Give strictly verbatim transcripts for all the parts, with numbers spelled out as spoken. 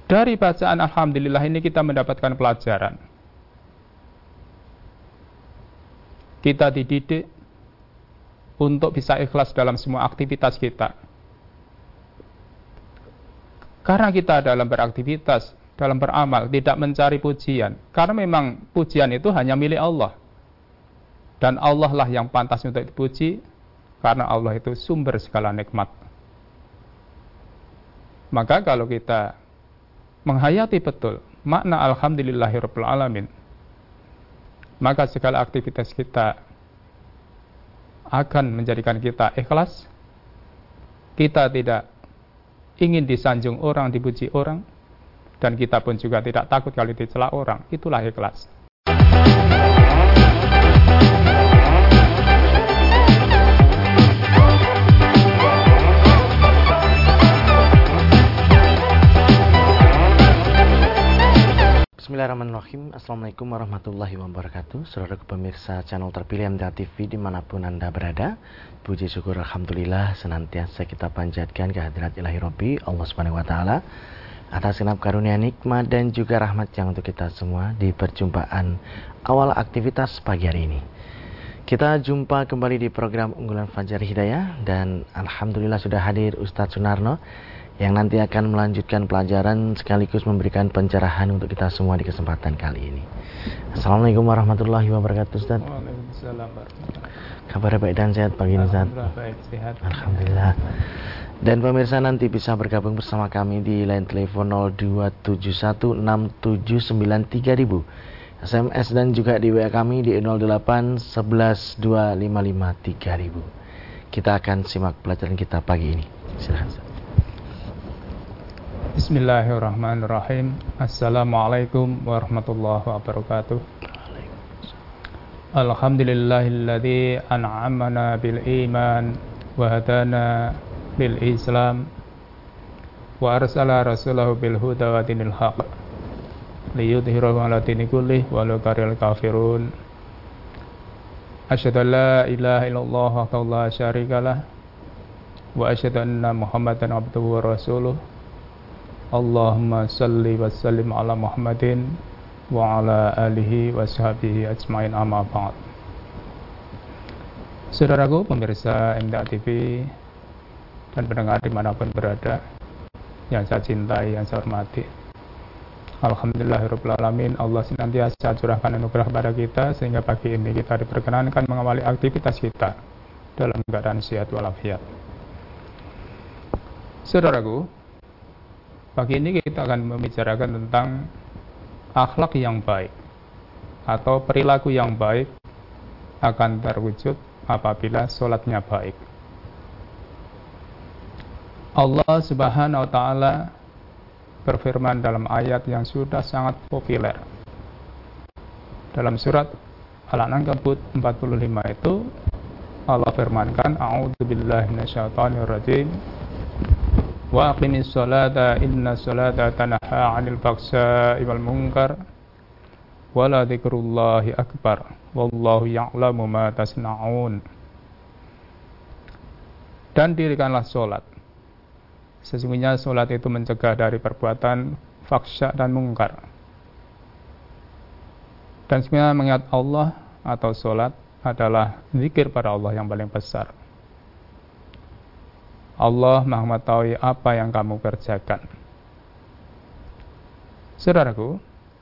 Dari bacaan alhamdulillah ini kita mendapatkan pelajaran. Kita dididik untuk bisa ikhlas dalam semua aktivitas kita. Karena kita dalam beraktivitas, dalam beramal, tidak mencari pujian. Karena memang pujian itu hanya milik Allah. Dan Allah lah yang pantas untuk dipuji, karena Allah itu sumber segala nikmat. Maka kalau kita menghayati betul makna alhamdulillahirabbil alamin, maka segala aktivitas kita akan menjadikan kita ikhlas. Kita tidak ingin disanjung orang, dipuji orang, dan kita pun juga tidak takut kalau dicela orang. Itulah ikhlas. Bismillahirrahmanirrahim. Assalamualaikum warahmatullahi wabarakatuh. Saudara pemirsa channel terpilih M D A T V dimanapun Anda berada, puji syukur alhamdulillah senantiasa kita panjatkan kehadirat ilahi Rabbi Allah subhanahu wa ta'ala atas genap karunia nikmat dan juga rahmat yang untuk kita semua di perjumpaan awal aktivitas pagi hari ini. Kita jumpa kembali di program unggulan Fajar Hidayah, dan alhamdulillah sudah hadir Ustadz Sunarno yang nanti akan melanjutkan pelajaran sekaligus memberikan pencerahan untuk kita semua di kesempatan kali ini. Assalamualaikum warahmatullahi wabarakatuh, Ustaz. Waalaikumsalam warahmatullahi. Kabar baik dan sehat pagi ini, Ustaz? Alhamdulillah baik, sehat. Alhamdulillah. Dan pemirsa nanti bisa bergabung bersama kami di line telepon nol dua tujuh satu enam tujuh sembilan tiga nol nol nol, S M S dan juga di W A kami di nol delapan satu satu dua lima lima tiga nol nol nol. Kita akan simak pelajaran kita pagi ini. Silakan, Ustaz. Bismillahirrahmanirrahim. Assalamualaikum warahmatullahi wabarakatuh. Alhamdulillahilladzi an'amana bil iman wa hadana lil islam wa arsala rasulahu bil huda wa dinil haq liyudhhirahu 'ala dini kullih walau karihal kafirun. Asyhadu an la ilaha illallah wahdahu la syarikalah wa asyhadu anna Muhammadan abduhu wa rasuluh. Allahumma salli wa sallim ala Muhammadin wa ala alihi wa sahbihi ajma'in, amma ba'd. Saudaraku pemirsa M D A T V dan pendengar dimanapun berada, yang saya cintai, yang saya hormati, alhamdulillahirabbil alamin, Allah senantiasa curahkan anugerah kepada kita sehingga pagi ini kita diperkenankan mengawali aktivitas kita dalam keadaan sehat walafiat. Saudaraku, pagi ini kita akan membicarakan tentang akhlak yang baik atau perilaku yang baik akan terwujud apabila sholatnya baik. Allah subhanahu wa ta'ala berfirman dalam ayat yang sudah sangat populer. Dalam surat Al-Ankabut empat puluh lima itu Allah firmankan, A'udzubillahi minasyaitonirrajim. Wa aqimis sholata inna sholata tanha 'anil fahsya'i wal munkar wa la dzikrullahi akbar wallahu ya'lamu ma tasna'un. Dan dirikanlah sholat. Sesungguhnya sholat itu mencegah dari perbuatan fahsya dan mungkar. Dan sebenarnya mengingat Allah atau sholat adalah zikir pada Allah yang paling besar. Allah Maha mengetahui apa yang kamu kerjakan. Saudaraku,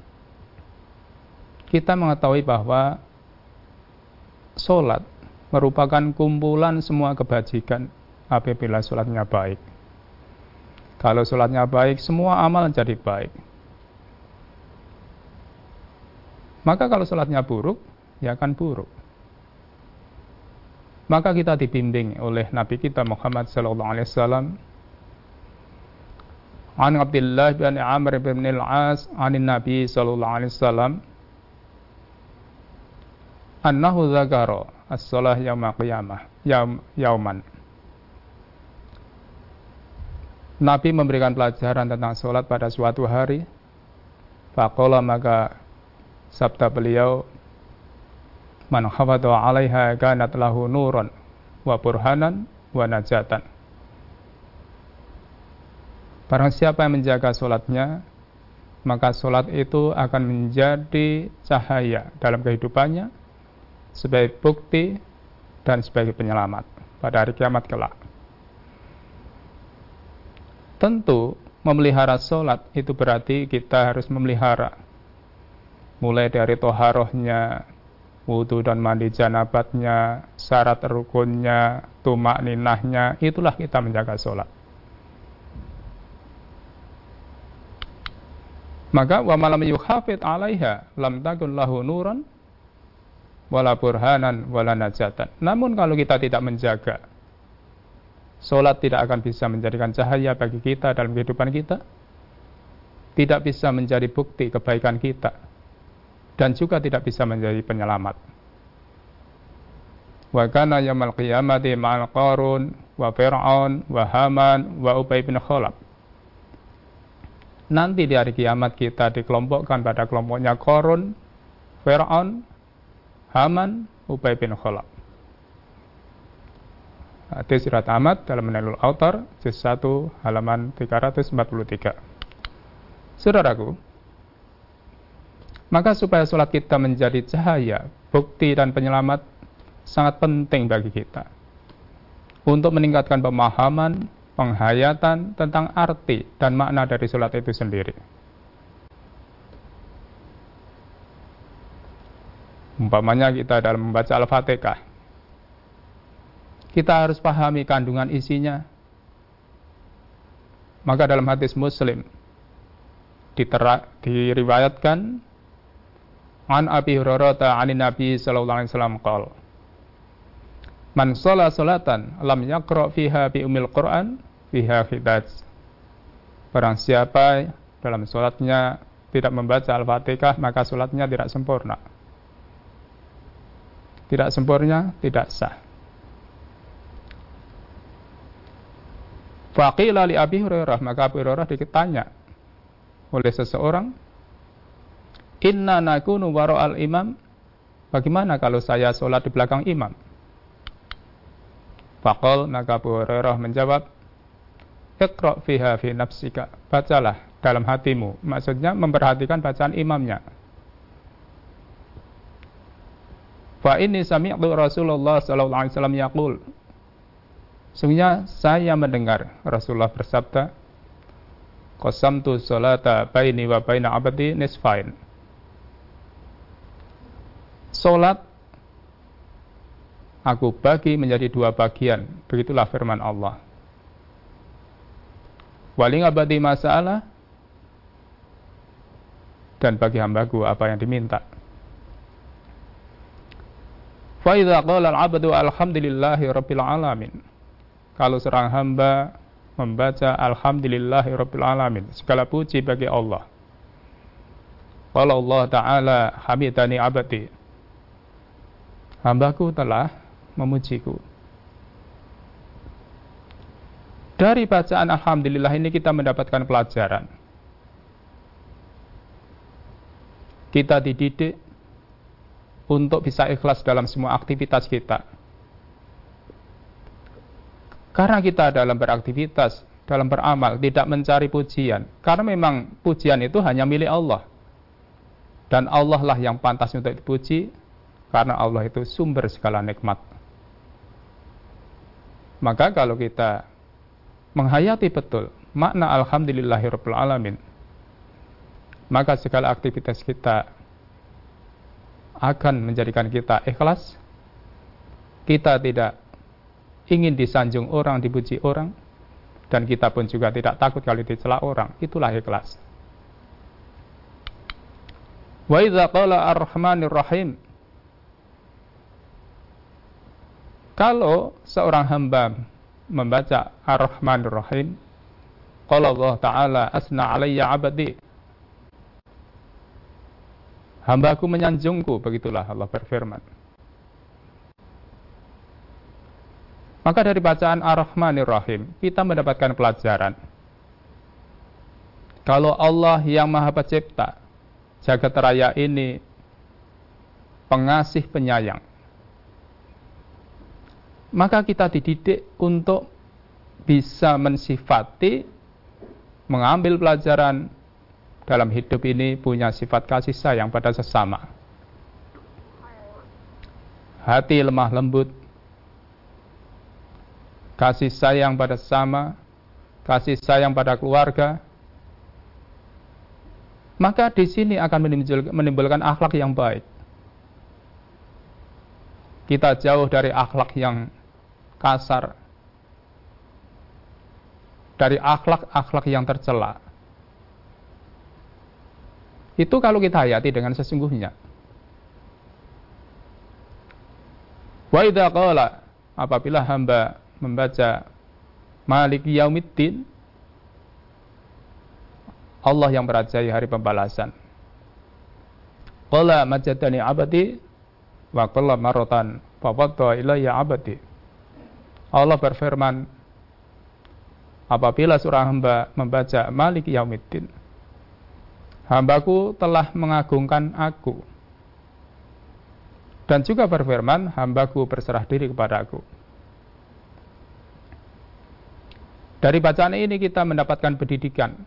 kita mengetahui bahwa sholat merupakan kumpulan semua kebajikan apabila sholatnya baik. Kalau sholatnya baik, semua amal jadi baik. Maka kalau sholatnya buruk, ya akan buruk. Maka kita dibimbing oleh Nabi kita Muhammad sallallahu alaihi wasallam. An Abdullah bin Amr bin al-As anin Nabi sallallahu alaihi wasallam annahu dzakara as-shalah yaumil qiyamah yaum yauman. Nabi memberikan pelajaran tentang sholat pada suatu hari. Faqala, maka sabda beliau, man hafadha 'alaiha kanat lahu nuran wa burhanan wa najatan. Barang siapa yang menjaga sholatnya, maka sholat itu akan menjadi cahaya dalam kehidupannya sebagai bukti dan sebagai penyelamat pada hari kiamat kelak. Tentu memelihara sholat itu berarti kita harus memelihara mulai dari toharohnya, wudu dan mandi janabatnya, syarat rukunnya, tumak ninahnya, itulah kita menjaga sholat. Maka wa malam yukhafid alaiha lam takun lahu nuran wala burhanan wala najatan. Namun kalau kita tidak menjaga, sholat tidak akan bisa menjadikan cahaya bagi kita dalam kehidupan kita, tidak bisa menjadi bukti kebaikan kita, dan juga tidak bisa menjadi penyelamat. Wa kana yaumil qiyamati ma'al Qarun wa Fir'aun wa Haman wa Ubay bin Khalaf. Nanti di hari kiamat kita dikelompokkan pada kelompoknya Qarun, Fir'aun, Haman, Ubay bin Khalaf. Hadis Surat Ahmad dalam Nailul Autar juz satu halaman tiga ratus empat puluh tiga. Saudaraku, maka supaya sholat kita menjadi cahaya, bukti dan penyelamat sangat penting bagi kita untuk meningkatkan pemahaman, penghayatan tentang arti dan makna dari sholat itu sendiri. Umpamanya kita dalam membaca Al-Fatihah, kita harus pahami kandungan isinya. Maka dalam hadis Muslim ditera, diriwayatkan an Abi Hurairah 'anin Nabi sallallahu alaihi wasallam qala man shalla salatan lam yaqra fiha bi ummil Qur'an fiha khidaj. Barang siapa dalam salatnya tidak membaca Al-Fatihah, maka salatnya tidak sempurna. Tidak sempurna, tidak sah. Faqila li Abi Hurairah, maka Abi Hurairah ditanya oleh seseorang, inna nakunu wara'al imam, bagaimana kalau saya sholat di belakang imam? Faqal, maka Abu Hurairah menjawab, iqra' fiha fi nafsika, bacalah dalam hatimu, maksudnya memperhatikan bacaan imamnya. Fa inni sami'tu Rasulullah sallallahu alaihi wasallam yaqul, sungguhnya saya mendengar Rasulullah bersabda, qasamtu sholata baini wa baina abdi nisfain. Salat aku bagi menjadi dua bagian, begitulah firman Allah. Wali ngabadi masalah, dan bagi hambaku apa yang diminta. Fa idza qala al-'abdu alhamdulillahi rabbil alamin, kalau seorang hamba membaca alhamdulillahi rabbil alamin, segala puji bagi Allah. Qala Allah Ta'ala hamidani abdi, hambaku telah memujiku. Dari bacaan alhamdulillah ini kita mendapatkan pelajaran. Kita dididik untuk bisa ikhlas dalam semua aktivitas kita. Karena kita dalam beraktivitas, dalam beramal, tidak mencari pujian. Karena memang pujian itu hanya milik Allah. Dan Allah lah yang pantas untuk dipuji, karena Allah itu sumber segala nikmat. Maka kalau kita menghayati betul makna alhamdulillahirabbil alamin, maka segala aktivitas kita akan menjadikan kita ikhlas. Kita tidak ingin disanjung orang, dipuji orang, dan kita pun juga tidak takut kalau dicela orang. Itulah ikhlas. Wa idza qala ar-rahmanir rahim, kalau seorang hamba membaca ar-rahmanir rahim, qala Allah Ta'ala asna alayya abdi, hambaku menyanjungku, begitulah Allah berfirman. Maka dari bacaan ar-rahmanir rahim kita mendapatkan pelajaran kalau Allah yang Maha Pencipta jagat raya ini pengasih penyayang, maka kita dididik untuk bisa mensifati, mengambil pelajaran dalam hidup ini punya sifat kasih sayang pada sesama. Hati lemah lembut, kasih sayang pada sesama, kasih sayang pada keluarga, maka di sini akan menimbulkan akhlak yang baik. Kita jauh dari akhlak yang kasar, dari akhlak-akhlak yang tercela. Itu kalau kita hayati dengan sesungguhnya. Wa idza qala, apabila hamba membaca Maliki Yaumiddin, Allah yang merajai hari pembalasan. Qala majadani abadi wa qala maratan fawadda ilayya abadi. Allah berfirman, apabila seorang hamba membaca Maliki Yaumiddin, hambaku telah mengagungkan aku. Dan juga berfirman, hambaku berserah diri kepada aku. Dari bacaan ini kita mendapatkan pendidikan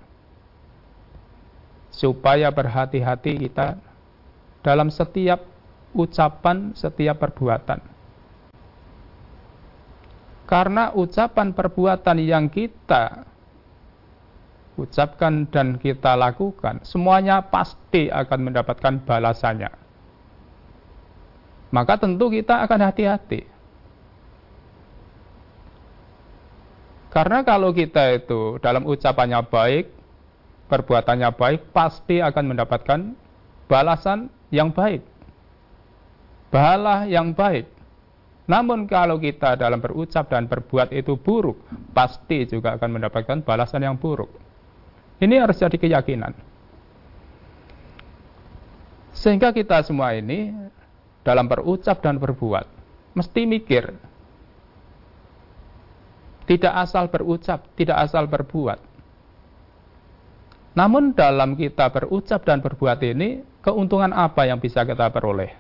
supaya berhati-hati kita dalam setiap ucapan, setiap perbuatan. Karena ucapan perbuatan yang kita ucapkan dan kita lakukan, semuanya pasti akan mendapatkan balasannya. Maka tentu kita akan hati-hati. Karena kalau kita itu dalam ucapannya baik, perbuatannya baik, pasti akan mendapatkan balasan yang baik, pahala yang baik. Namun kalau kita dalam berucap dan berbuat itu buruk, pasti juga akan mendapatkan balasan yang buruk. Ini harus jadi keyakinan. Sehingga kita semua ini dalam berucap dan berbuat mesti mikir. Tidak asal berucap, tidak asal berbuat. Namun dalam kita berucap dan berbuat ini, keuntungan apa yang bisa kita peroleh?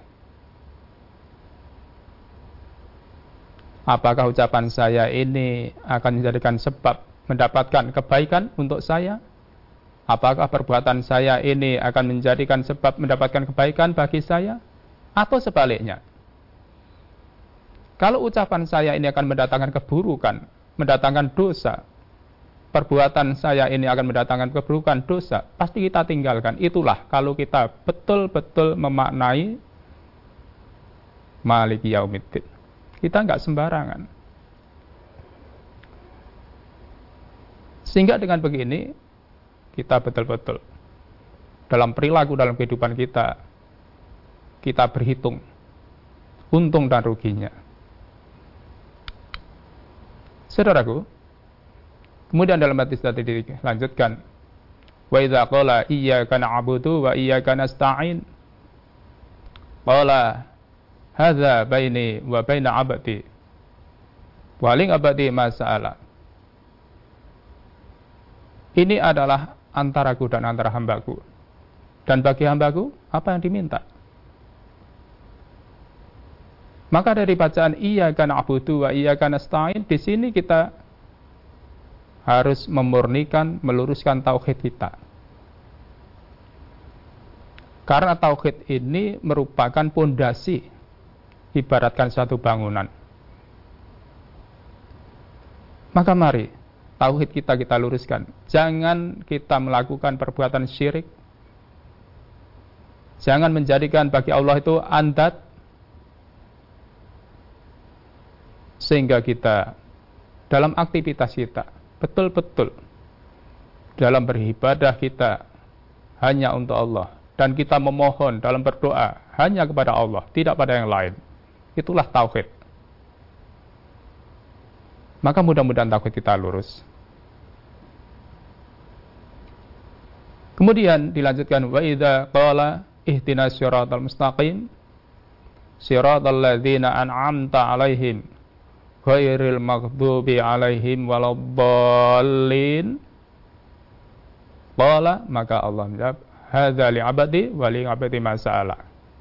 Apakah ucapan saya ini akan menjadikan sebab mendapatkan kebaikan untuk saya? Apakah perbuatan saya ini akan menjadikan sebab mendapatkan kebaikan bagi saya? Atau sebaliknya? Kalau ucapan saya ini akan mendatangkan keburukan, mendatangkan dosa, perbuatan saya ini akan mendatangkan keburukan, dosa, pasti kita tinggalkan. Itulah kalau kita betul-betul memaknai Maliki Yaumiddin. Kita nggak sembarangan. Sehingga dengan begini, kita betul-betul dalam perilaku, dalam kehidupan kita, kita berhitung untung dan ruginya. Saudaraku, kemudian dalam hadis tadi dilanjutkan, wa idza qala iyyaka na'budu wa iyyaka nasta'in, qala hadza baini wa baina 'abdi wa li 'abdi ma sa'ala. Ini adalah antaraku dan antara hambaku, dan bagi hambaku apa yang diminta. Maka dari bacaan iyyaka na'budu wa iyyaka nasta'in, di sini kita harus memurnikan, meluruskan tauhid kita. Karena tauhid ini merupakan pondasi, ibaratkan suatu bangunan. Maka mari tauhid kita kita luruskan. Jangan kita melakukan perbuatan syirik. Jangan menjadikan bagi Allah itu andad, sehingga kita dalam aktivitas kita betul-betul dalam beribadah kita hanya untuk Allah, dan kita memohon dalam berdoa hanya kepada Allah, tidak pada yang lain. Itulah tauhid. Maka mudah-mudahan tauhid kita lurus. Kemudian dilanjutkan, wa idza qala ihdinas siratal mustaqim siratal ladzina an'amta 'alaihim ghairil maghdubi 'alaihim waladdallin, qala, maka Allah menjawab, hadza li 'abdi wa li 'abdi ma sa'ala.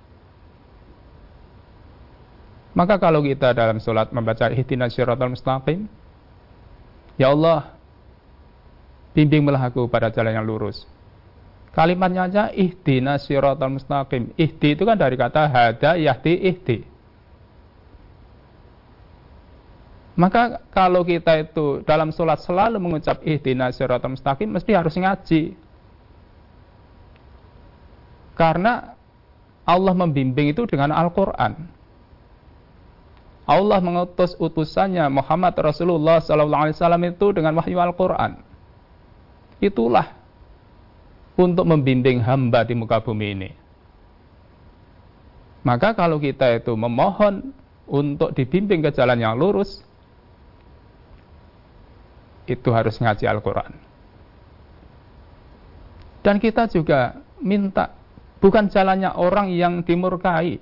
Maka kalau kita dalam salat membaca ihdinas siratal mustaqim, ya Allah, bimbinglah aku pada jalan yang lurus. Kalimatnya aja ihdinas siratal mustaqim. Ihdi itu kan dari kata hada yahdi ihdi. Maka kalau kita itu dalam sholat selalu mengucap ihdinas siratal mustaqim, mesti harus ngaji. Karena Allah membimbing itu dengan Al-Quran. Allah mengutus utusannya Muhammad Rasulullah sallallahu alaihi wasallam itu dengan wahyu Al-Quran. Itulah untuk membimbing hamba di muka bumi ini. Maka kalau kita itu memohon untuk dibimbing ke jalan yang lurus, itu harus ngaji Al-Quran. Dan kita juga minta bukan jalannya orang yang dimurkai.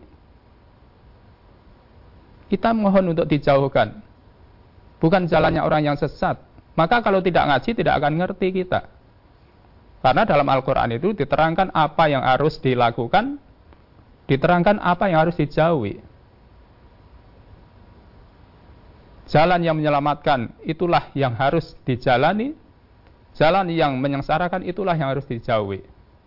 Kita mohon untuk dijauhkan. Bukan jalannya orang yang sesat. Maka kalau tidak ngaji tidak akan ngerti kita. Karena dalam Al-Quran itu diterangkan apa yang harus dilakukan, diterangkan apa yang harus dijauhi. Jalan yang menyelamatkan itulah yang harus dijalani, jalan yang menyengsarakan itulah yang harus dijauhi.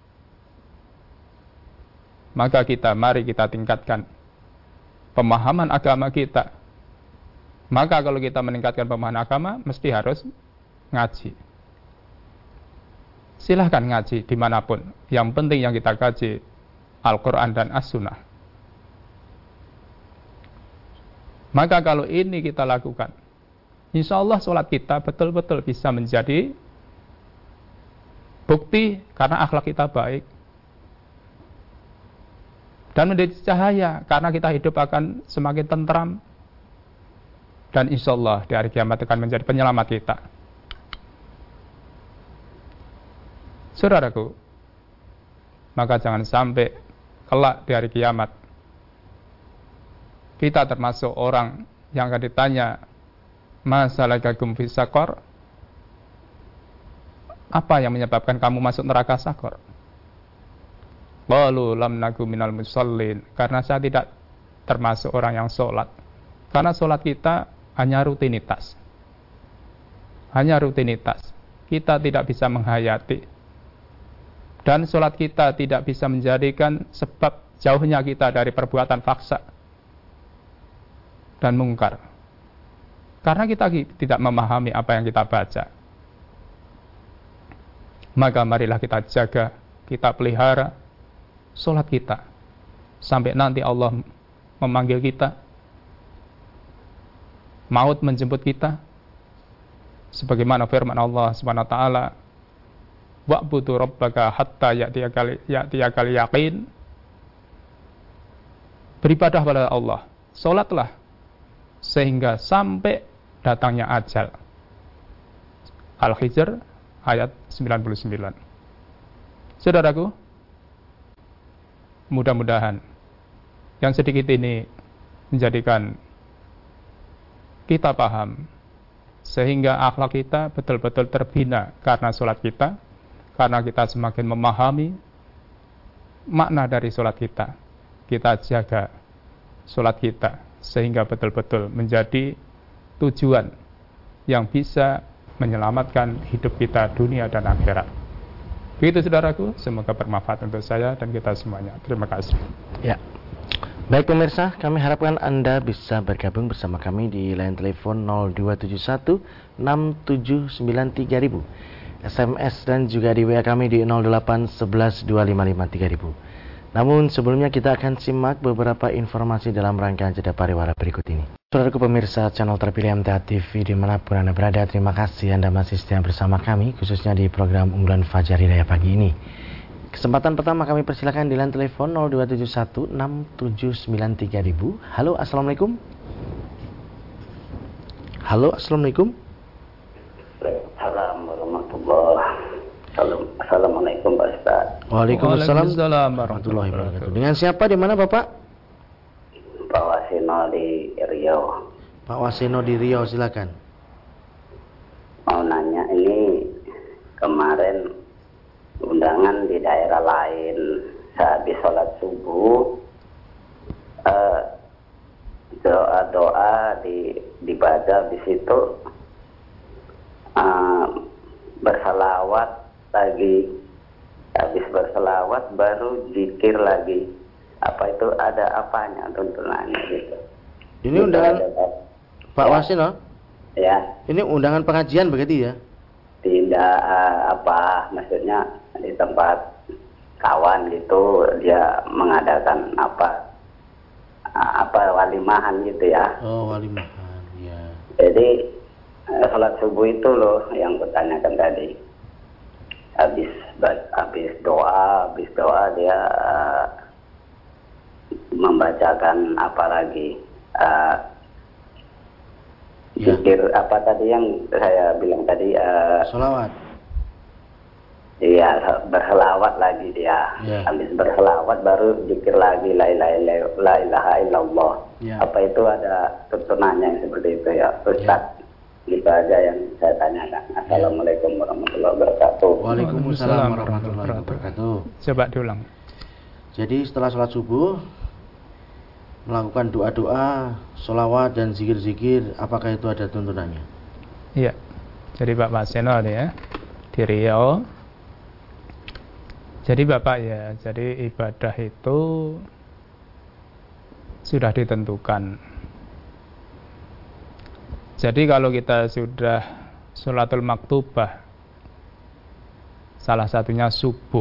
Maka kita, mari kita tingkatkan pemahaman agama kita. Maka kalau kita meningkatkan pemahaman agama, mesti harus ngaji. Silahkan ngaji dimanapun. Yang penting yang kita kaji Al-Quran dan As-Sunnah. Maka kalau ini kita lakukan, insya Allah sholat kita betul-betul bisa menjadi bukti karena akhlak kita baik. Dan menjadi cahaya karena kita hidup akan semakin tentram. Dan insya Allah di hari kiamat akan menjadi penyelamat kita. Saudaraku, maka jangan sampai kelak di hari kiamat kita termasuk orang yang akan ditanya, masalakakum fis saqar, apa yang menyebabkan kamu masuk neraka sakor? Qalu lam naku minal musallin, karena saya tidak termasuk orang yang sholat. Karena sholat kita hanya rutinitas, hanya rutinitas. Kita tidak bisa menghayati. Dan sholat kita tidak bisa menjadikan sebab jauhnya kita dari perbuatan faksa dan mungkar. Karena kita tidak memahami apa yang kita baca. Maka marilah kita jaga, kita pelihara sholat kita. Sampai nanti Allah memanggil kita, maut menjemput kita. Sebagaimana firman Allah subhanahu wa ta'ala, wa'budu rabbaka hatta ya'tiyakal yaqin. Beribadah kepada Allah, sholatlah sehingga sampai datangnya ajal. Al-Hijr ayat sembilan puluh sembilan. Saudaraku, mudah-mudahan yang sedikit ini menjadikan kita paham, sehingga akhlak kita betul-betul terbina karena sholat kita. Karena kita semakin memahami makna dari sholat kita, kita jaga sholat kita sehingga betul-betul menjadi tujuan yang bisa menyelamatkan hidup kita dunia dan akhirat. Begitu saudaraku, semoga bermanfaat untuk saya dan kita semuanya. Terima kasih. Ya, baik pemirsa, kami harapkan Anda bisa bergabung bersama kami di line telepon nol dua tujuh satu enam tujuh sembilan tiga ribu. S M S dan juga di W A kami di nol delapan satu satu dua lima lima tiga ribu. Namun sebelumnya kita akan simak beberapa informasi dalam rangkaian jeda pariwara berikut ini. Saudaraku pemirsa channel terpilih M T A T V dimanapun Anda berada, terima kasih Anda masih setia bersama kami, khususnya di program unggulan Fajar Hidayah pagi ini. Kesempatan pertama kami persilakan di line telepon nol dua tujuh satu enam tujuh sembilan tiga ribu. Halo, assalamualaikum. Halo, assalamualaikum. Assalamualaikum Pak Ustaz. Waalaikumsalam warahmatullahi wabarakatuh. Dengan siapa, di mana Bapak? Pak Wasino di Riau. Pak Wasino di Riau, silakan. Mau nanya, ini kemarin undangan di daerah lain sehabis sholat subuh, eh, doa-doa di dibaca di situ, eh, bersalawat lagi habis berselawat baru zikir lagi. Apa itu ada apanya tuntunannya gitu? Ini undangan Pak ya. Wasino? Ya. Ini undangan pengajian begitu ya? Tidak uh, apa maksudnya di tempat kawan gitu dia mengadakan apa uh, apa walimahan gitu ya. Oh, walimahan, ya. Jadi uh, sholat subuh itu loh yang kutanyakan tadi. Habis habis doa, habis doa dia uh, membacakan apa lagi? Uh, ya. Zikir apa tadi yang saya bilang tadi? Uh, Sholawat. Iya, berselawat lagi dia. Ya. Habis berselawat baru zikir lagi la ilaha la ilaha illallah. Ya. Apa itu ada tuntunannya seperti itu ya, Ustaz? Ya. Itu aja yang saya tanyakan. Assalamualaikum warahmatullahi wabarakatuh. Waalaikumsalam warahmatullahi wabarakatuh. Coba diulang. Jadi setelah sholat subuh melakukan doa-doa, sholawat dan zikir-zikir, apakah itu ada tuntunannya? Iya. Jadi Pak Maseno ya di Riau. Jadi Bapak ya, jadi ibadah itu sudah ditentukan. Jadi kalau kita sudah sholatul maktubah, salah satunya subuh,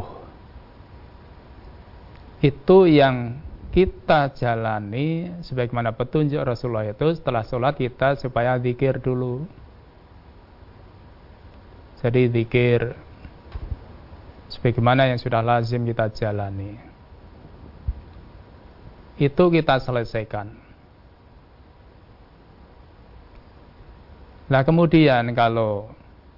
itu yang kita jalani sebagaimana petunjuk Rasulullah itu setelah sholat kita supaya zikir dulu. Jadi zikir sebagaimana yang sudah lazim kita jalani, itu kita selesaikan. Nah kemudian kalau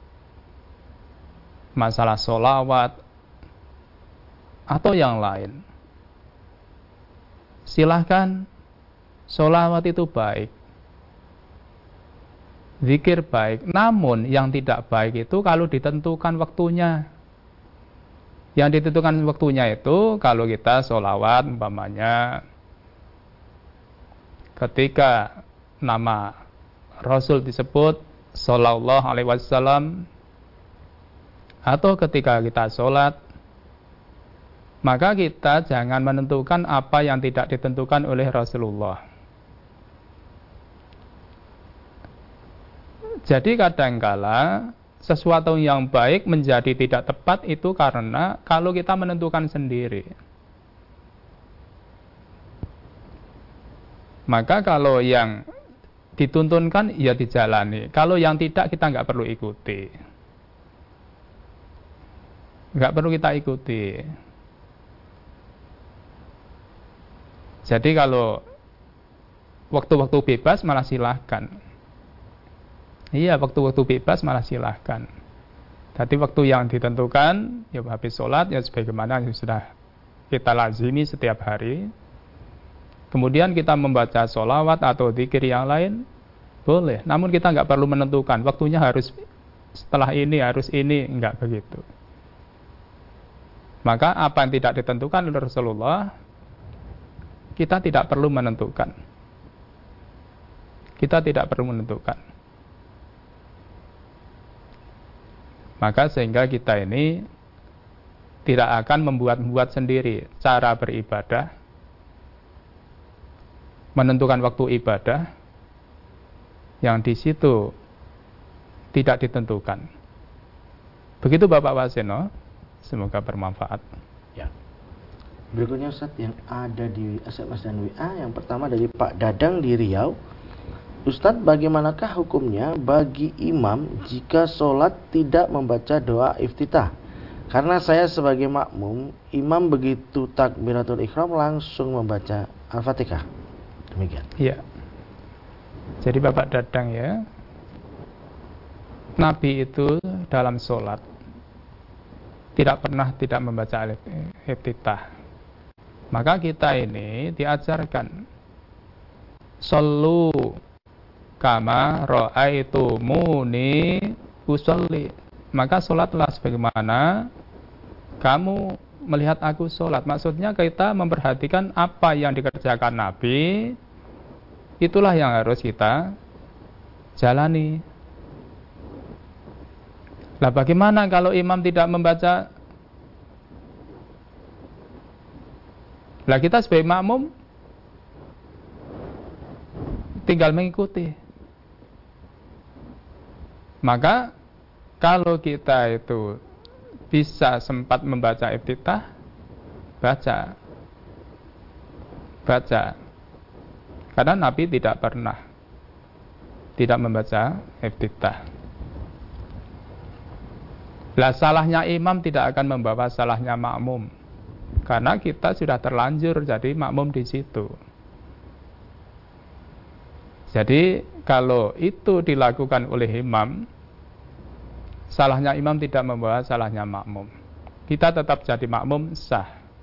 masalah sholawat atau yang lain, silahkan. Sholawat itu baik, zikir baik, namun yang tidak baik itu kalau ditentukan waktunya. Yang ditentukan waktunya itu kalau kita sholawat umpamanya ketika nama Rasul disebut Sallallahu Alaihi Wasallam, atau ketika kita sholat, maka kita jangan menentukan apa yang tidak ditentukan oleh Rasulullah. Jadi kadangkala sesuatu yang baik menjadi tidak tepat itu karena kalau kita menentukan sendiri. Maka kalau yang dituntunkan ya dijalani. Kalau yang tidak kita nggak perlu ikuti. Nggak perlu kita ikuti. Jadi kalau waktu-waktu bebas malah silahkan. Iya, waktu-waktu bebas malah silahkan. Jadi waktu yang ditentukan ya habis sholat ya sebagaimana yang sudah kita lazimi setiap hari. Kemudian kita membaca sholawat atau zikir yang lain, boleh. Namun kita nggak perlu menentukan waktunya harus setelah ini, harus ini, nggak begitu. Maka apa yang tidak ditentukan oleh Rasulullah, kita tidak perlu menentukan. Kita tidak perlu menentukan. Maka sehingga kita ini tidak akan membuat-buat sendiri cara beribadah, menentukan waktu ibadah yang di situ tidak ditentukan. Begitu Bapak Waseno, semoga bermanfaat. Ya. Berikutnya Ustaz yang ada di S M S dan W A, yang pertama dari Pak Dadang di Riau. Ustadz, bagaimanakah hukumnya bagi imam jika sholat tidak membaca doa iftitah? Karena saya sebagai makmum, imam begitu takbiratul ihram langsung membaca Al-Fatihah. Demikian. Iya. Jadi Bapak Dadang ya, Nabi itu dalam sholat tidak pernah tidak membaca iftitah. Maka kita ini diajarkan Sallu kama ra'aitumuni usolli. Maka sholatlah sebagaimana kamu melihat aku sholat. Maksudnya kita memperhatikan apa yang dikerjakan Nabi, itulah yang harus kita jalani. Lah bagaimana kalau imam tidak membaca Lah kita sebagai makmum tinggal mengikuti. Maka kalau kita itu bisa sempat membaca iftitah, baca. Baca. Karena Nabi tidak pernah tidak membaca iftitah. Lah salahnya imam tidak akan membawa salahnya makmum. Karena kita sudah terlanjur jadi makmum di situ. Jadi kalau itu dilakukan oleh imam, salahnya imam tidak membawa salahnya makmum. Kita tetap jadi makmum sah.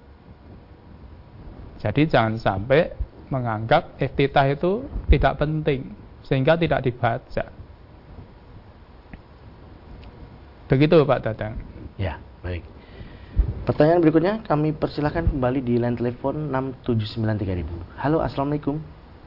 Jadi jangan sampai menganggap iftitah itu tidak penting sehingga tidak dibaca. Begitu Pak Dadang. Ya, baik. Pertanyaan berikutnya kami persilahkan kembali di line telepon enam tujuh sembilan tiga nol nol nol. Halo, assalamualaikum.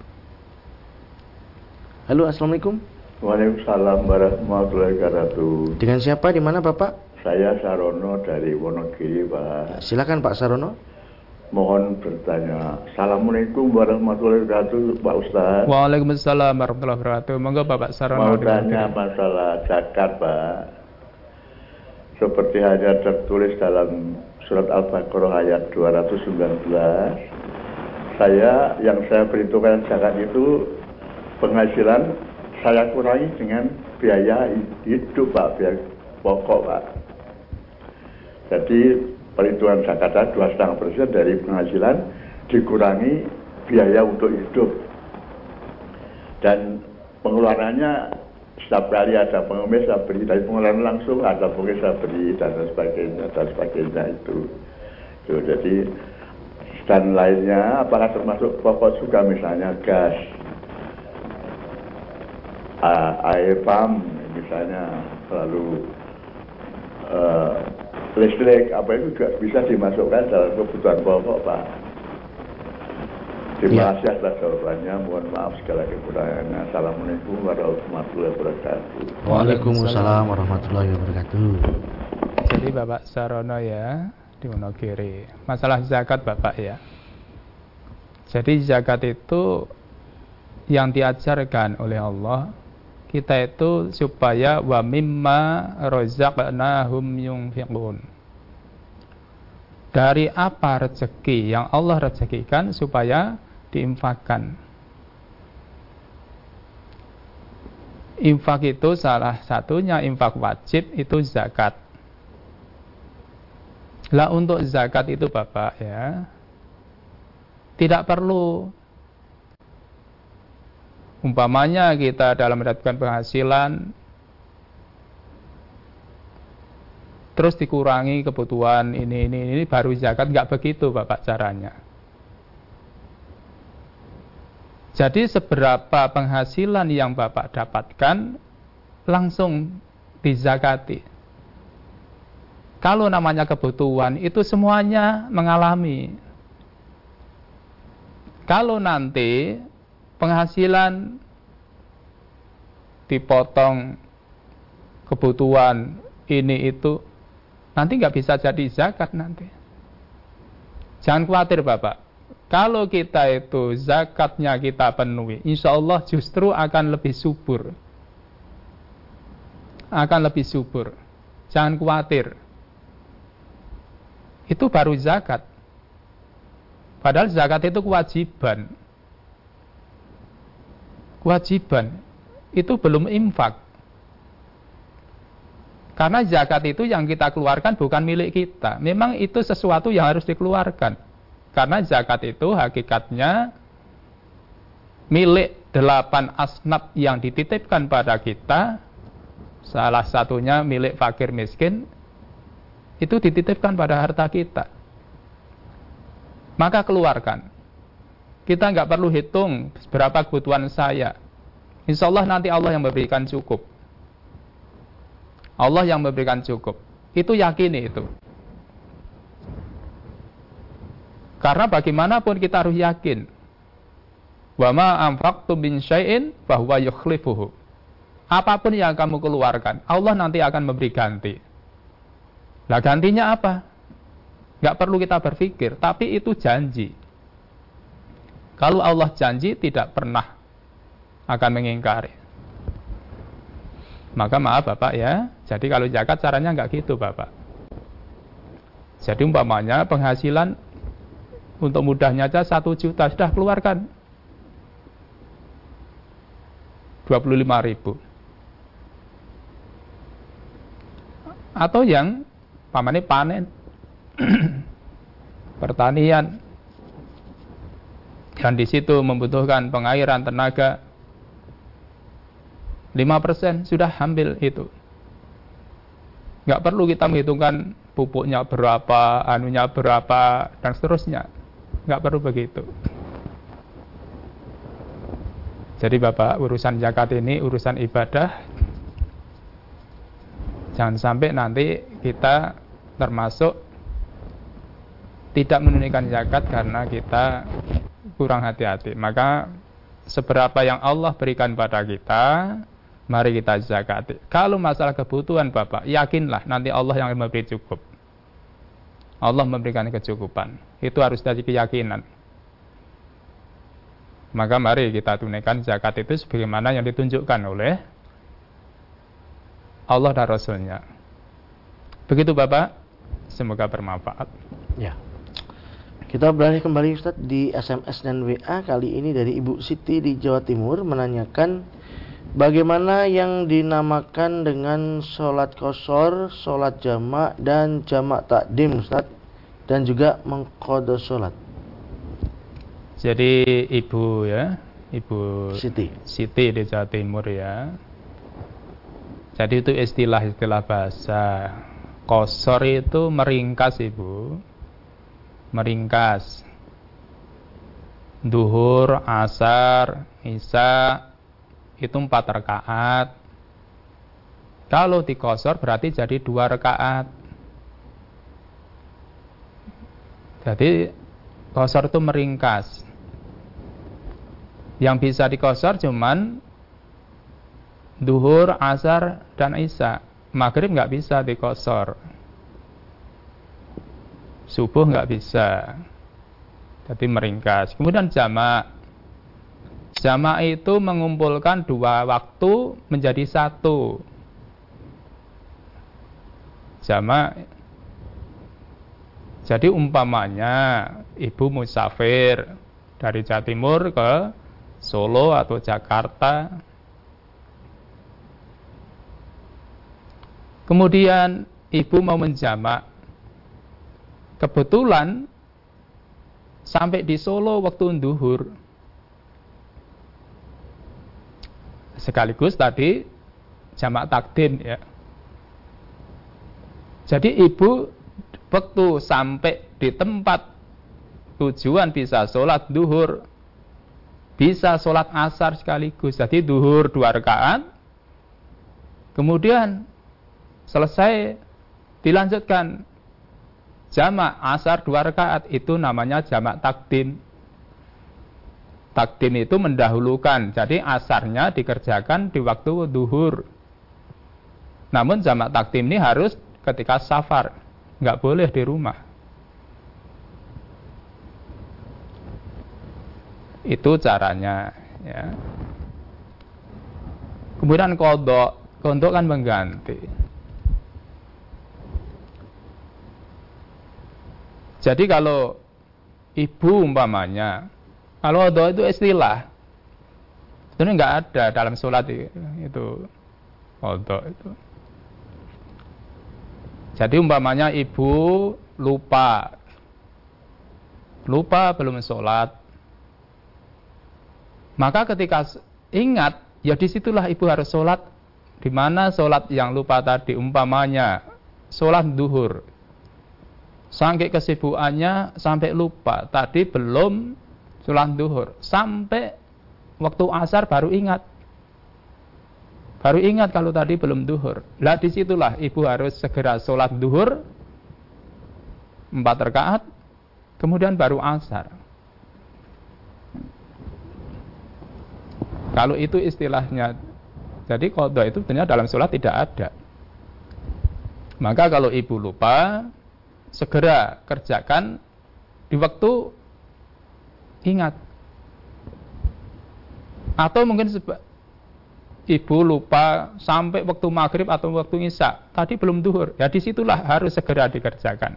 Halo, assalamualaikum. Waalaikumsalam warahmatullahi wabarakatuh. Dengan siapa, di mana Bapak? Saya Sarono dari Wonogiri, Pak. Silakan Pak Sarono. Mohon bertanya. Assalamualaikum warahmatullahi wabarakatuh, Pak Ustaz. Waalaikumsalam warahmatullahi wabarakatuh. Monggo Bapak Sarono. Mau tanya masalah zakat, Pak. Seperti hanya tertulis dalam surat Al-Baqarah ayat dua ratus sembilan belas. Saya yang saya perhitungkan zakat itu penghasilan saya kurangi dengan biaya hidup, Pak, biaya pokok, Pak. Jadi perhitungan zakat dua koma lima persen dari penghasilan dikurangi biaya untuk hidup. Dan pengeluarannya setiap kali ada pengemis saya beri, dari pengeluaran langsung ada pengemis saya beri, dan sebagainya, dan sebagainya itu. Tuh, jadi dan lainnya apakah termasuk pokok juga, misalnya gas, uh, air pump misalnya, lalu uh, listrik, apa itu juga bisa dimasukkan dalam kebutuhan pokok, Pak. Terima kasih atas jawabannya. Mohon maaf segala kekurangannya. Assalamualaikum warahmatullahi wabarakatuh. Waalaikumsalam warahmatullahi wabarakatuh. Jadi Bapak Sarono ya di Wonogiri. Masalah zakat Bapak ya. Jadi zakat itu yang diajarkan oleh Allah kita itu supaya wa mimma razaqnahum yunfiqun. Dari apa rezeki yang Allah rezekikan supaya diinfakkan. Infak itu salah satunya infak wajib itu zakat. Lah untuk zakat itu Bapak ya, tidak perlu umpamanya kita dalam mendapatkan penghasilan terus dikurangi kebutuhan ini ini ini baru zakat, nggak begitu Bapak caranya. Jadi seberapa penghasilan yang Bapak dapatkan langsung dizakati. Kalau namanya kebutuhan itu semuanya mengalami. Kalau nanti penghasilan dipotong kebutuhan ini itu, nanti nggak bisa jadi zakat nanti. Jangan khawatir Bapak. Kalau kita itu zakatnya kita penuhi, insya Allah justru akan lebih subur. Akan lebih subur. Jangan khawatir. Itu baru zakat. Padahal zakat itu kewajiban. Kewajiban. Itu belum infak. Karena zakat itu yang kita keluarkan bukan milik kita. Memang itu sesuatu yang harus dikeluarkan. Karena zakat itu hakikatnya milik delapan asnaf yang dititipkan pada kita. Salah satunya milik fakir miskin. Itu dititipkan pada harta kita. Maka keluarkan. Kita nggak perlu hitung berapa kebutuhan saya. Insya Allah nanti Allah yang memberikan cukup. Allah yang memberikan cukup. Itu yakini itu. Karena bagaimanapun kita harus yakin. Wa ma anfaqtum min syai'in fahuwa yukhlifuhu. Apapun yang kamu keluarkan, Allah nanti akan memberi ganti. Lah gantinya apa? Gak perlu kita berpikir, tapi itu janji. Kalau Allah janji tidak pernah akan mengingkari. Maka maaf Bapak ya, jadi kalau zakat caranya nggak gitu Bapak. Jadi umpamanya penghasilan untuk mudahnya aja satu juta, sudah keluarkan dua puluh lima ribu. Atau yang umpamanya panen pertanian, dan di situ membutuhkan pengairan tenaga, lima persen sudah ambil itu. Nggak perlu kita menghitungkan pupuknya berapa, anunya berapa, dan seterusnya. Nggak perlu begitu. Jadi Bapak, urusan zakat ini urusan ibadah. Jangan sampai nanti kita termasuk tidak menunaikan zakat karena kita kurang hati-hati. Maka seberapa yang Allah berikan pada kita, mari kita zakati. Kalau masalah kebutuhan Bapak, yakinlah nanti Allah yang memberi cukup. Allah memberikan kecukupan. Itu harus dari keyakinan. Maka mari kita tunaikan zakat itu sebagaimana yang ditunjukkan oleh Allah dan Rasulnya. Begitu Bapak, semoga bermanfaat. Ya. Kita beralih kembali Ustaz di S M S dan W A. Kali ini dari Ibu Siti di Jawa Timur menanyakan bagaimana yang dinamakan dengan sholat qashar, sholat jamak dan jamak takdim Ustaz, dan juga mengqadha sholat. Jadi Ibu ya, Ibu Siti Siti di Jawa Timur ya. Jadi itu istilah-istilah bahasa. Qashar itu meringkas Ibu, meringkas. Duhur, asar, isya itu empat rakaat. Kalau di qashar berarti jadi dua rakaat. Jadi qashar itu meringkas. Yang bisa di qashar cuman duhur, asar, dan isya. Maghrib nggak bisa di qashar. Subuh nggak bisa. Jadi meringkas. Kemudian jamak. Jamak itu mengumpulkan dua waktu menjadi satu. Jamak. Jadi umpamanya ibu musafir dari Jawa Timur ke Solo atau Jakarta. Kemudian ibu mau menjamak. Kebetulan sampai di Solo waktu duhur. Sekaligus tadi jamak takdim ya. Jadi ibu waktu sampai di tempat tujuan bisa sholat duhur, bisa sholat asar sekaligus. Jadi duhur dua rakaat, kemudian selesai dilanjutkan jamak asar dua rakaat, itu namanya jamak takdim. Takdim itu mendahulukan, jadi asarnya dikerjakan di waktu duhur. Namun jamak takdim ini harus ketika safar, nggak boleh di rumah. Itu caranya ya. Kemudian qadha, qadha kan mengganti. Jadi kalau ibu umpamanya, kalau qadha itu istilah, sebenarnya nggak ada dalam sholat itu qadha itu. Jadi umpamanya ibu lupa, lupa belum sholat, maka ketika ingat, ya disitulah ibu harus sholat. Di mana sholat yang lupa tadi, umpamanya sholat duhur, sampai kesibukannya sampai lupa, tadi belum sholat duhur, sampai waktu asar baru ingat. Baru ingat kalau tadi belum duhur. Lah disitulah ibu harus segera sholat duhur empat rakaat, kemudian baru asar. Kalau itu istilahnya. Jadi qadha itu sebenarnya dalam sholat tidak ada. Maka kalau ibu lupa, segera kerjakan di waktu ingat. Atau mungkin seba- ibu lupa sampai waktu maghrib atau waktu isya, tadi belum duhur, ya disitulah harus segera dikerjakan.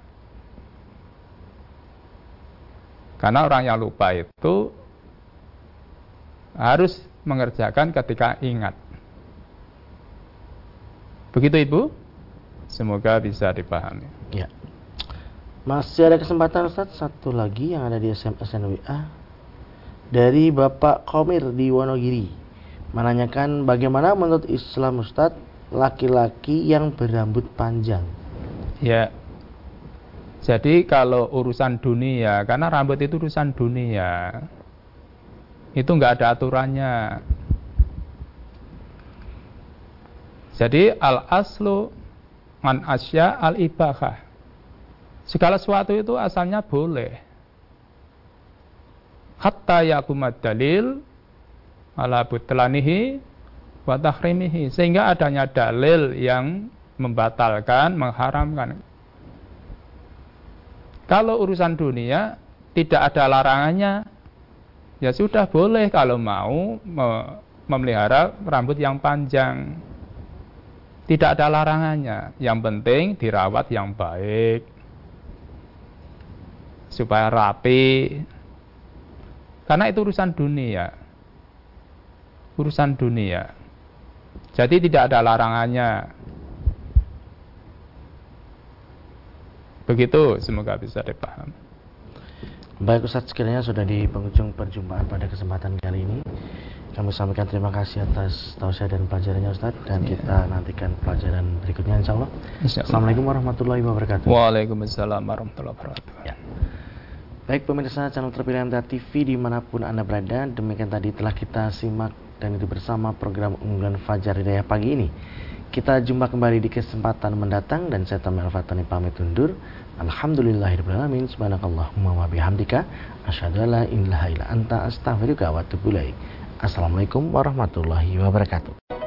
Karena orang yang lupa itu harus mengerjakan ketika ingat. Begitu Ibu? Semoga bisa dipahami. Ya. Masih ada kesempatan Ustaz, satu lagi yang ada di S M S dan W A dari Bapak Komir di Wonogiri, menanyakan bagaimana menurut Islam Ustaz laki-laki yang berambut panjang. Ya. Jadi kalau urusan dunia, karena rambut itu urusan dunia, itu nggak ada aturannya. Jadi al-aslu man asya al-ibahah. Segala sesuatu itu asalnya boleh. Hatta yakumad dalil ala butlanihi wa tahrimihi. Sehingga adanya dalil yang membatalkan, mengharamkan. Kalau urusan dunia tidak ada larangannya, ya sudah boleh kalau mau me- memelihara rambut yang panjang. Tidak ada larangannya. Yang penting dirawat yang baik supaya rapi. Karena itu urusan dunia. Urusan dunia. Jadi tidak ada larangannya. Begitu, semoga bisa dipahami. Baik Ustaz, sekiranya sudah di penghujung perjumpaan pada kesempatan kali ini. Kami sampaikan terima kasih atas tausiah dan pelajarannya Ustaz, dan ya. Kita nantikan pelajaran berikutnya insya Allah. Insya Allah. Assalamualaikum warahmatullahi wabarakatuh. Waalaikumsalam warahmatullahi wabarakatuh. Ya. Baik pemirsa channel terpilih M T A T V dimanapun Anda berada, demikian tadi telah kita simak dan itu bersama program unggulan Fajar Hidayah pagi ini. Kita jumpa kembali di kesempatan mendatang dan saya Tamil Fatani pamit undur. Alhamdulillahirabbil alamin. Subhanakallahumma wa bihamdika asyhadu an la ilaha illa anta astaghfiruka wa atubu ilaik. Assalamualaikum warahmatullahi wabarakatuh.